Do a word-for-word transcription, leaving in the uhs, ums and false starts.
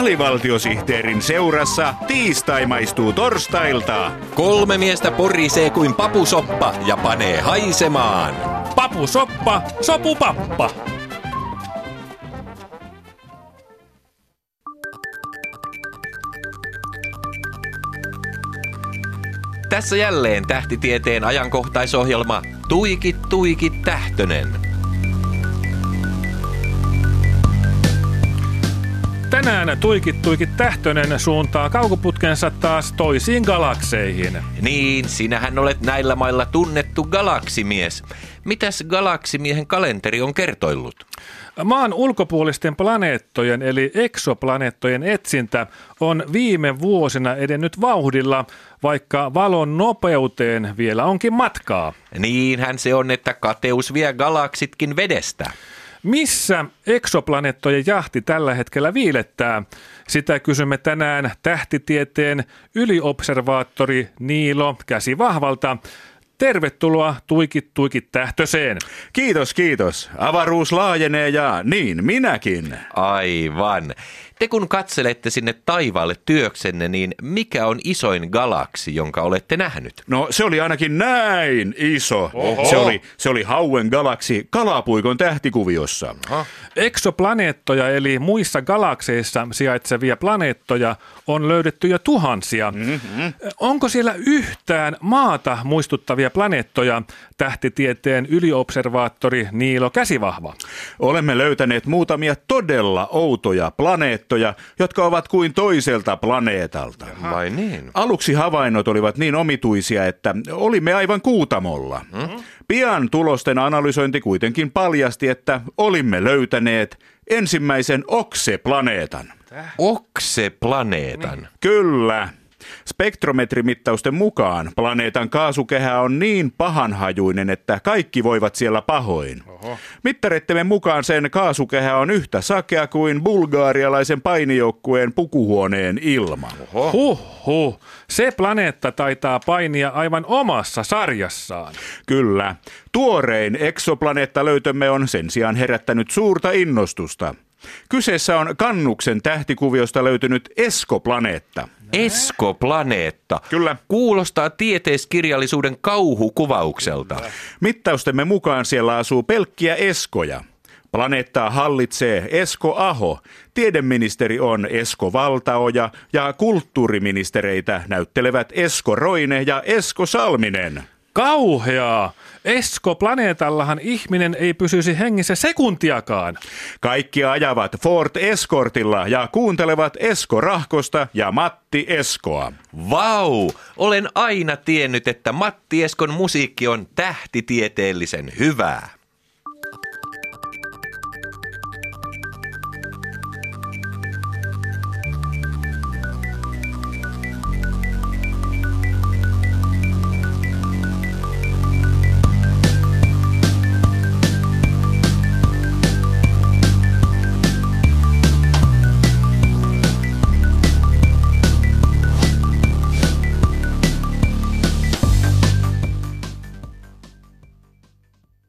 alivaltiosihteerin seurassa tiistai maistuu torstailta. Kolme miestä porisee kuin papusoppa ja panee haisemaan. Papusoppa, sopupappa. Tässä jälleen tähtitieteen ajankohtaisohjelma Tuikit, tuikit, Tähtönen. Tänään Tuikit, tuikit, Tähtönen suuntaa kaukoputkensa taas toisiin galakseihin. Niin, sinähän olet näillä mailla tunnettu galaksimies. Mitäs galaksimiehen kalenteri on kertoillut? Maan ulkopuolisten planeettojen eli eksoplaneettojen etsintä on viime vuosina edennyt vauhdilla, vaikka valon nopeuteen vielä onkin matkaa. Niinhän se on, että kateus vie galaksitkin vedestä. Missä eksoplaneettojen jahti tällä hetkellä viilettää? Sitä kysymme tänään tähtitieteen yliobservaattori Niilo Käsivahvalta. Tervetuloa Tuikit, tuikit, Tähtöseen. Kiitos, kiitos. Avaruus laajenee ja niin minäkin. Aivan. Te kun katselette sinne taivaalle työksenne, niin mikä on isoin galaksi, jonka olette nähnyt? No se oli ainakin näin iso. Se oli, se oli Hauen galaksi Kalapuikon tähtikuviossa. Aha. Eksoplaneettoja eli muissa galakseissa sijaitsevia planeettoja on löydetty jo tuhansia. Mm-hmm. Onko siellä yhtään maata muistuttavia planeettoja, tähtitieteen yliobservaattori Niilo Käsivahva? Olemme löytäneet muutamia todella outoja planeettoja, jotka ovat kuin toiselta planeetalta. Vai niin? Aluksi havainnot olivat niin omituisia, että olimme aivan kuutamolla. Mm-hmm. Pian tulosten analysointi kuitenkin paljasti, että olimme löytäneet ensimmäisen okseplaneetan. Okseplaneetan? Niin. Kyllä. Spektrometrimittausten mukaan planeetan kaasukehä on niin pahanhajuinen, että kaikki voivat siellä pahoin. Oho. Mittareittemme mukaan sen kaasukehä on yhtä sakea kuin bulgaarialaisen painijoukkueen pukuhuoneen ilma. Oho. Huh, huh. Se planeetta taitaa painia aivan omassa sarjassaan. Kyllä. Tuorein eksoplaneettalöytömme on sen sijaan herättänyt suurta innostusta. Kyseessä on Kannuksen tähtikuviosta löytynyt Esko-planeetta. Esko-planeetta. Kyllä. Kuulostaa tieteiskirjallisuuden kauhukuvaukselta. Kyllä. Mittaustemme mukaan siellä asuu pelkkiä eskoja. Planeettaa hallitsee Esko Aho, tiedeministeri on Esko Valtaoja ja kulttuuriministereitä näyttelevät Esko Roine ja Esko Salminen. Kauheaa! Esko-planeetallahan ihminen ei pysyisi hengissä sekuntiakaan. Kaikki ajavat Ford Escortilla ja kuuntelevat Esko Rahkosta ja Matti Eskoa. Vau! Olen aina tiennyt, että Matti Eskon musiikki on tähtitieteellisen hyvää.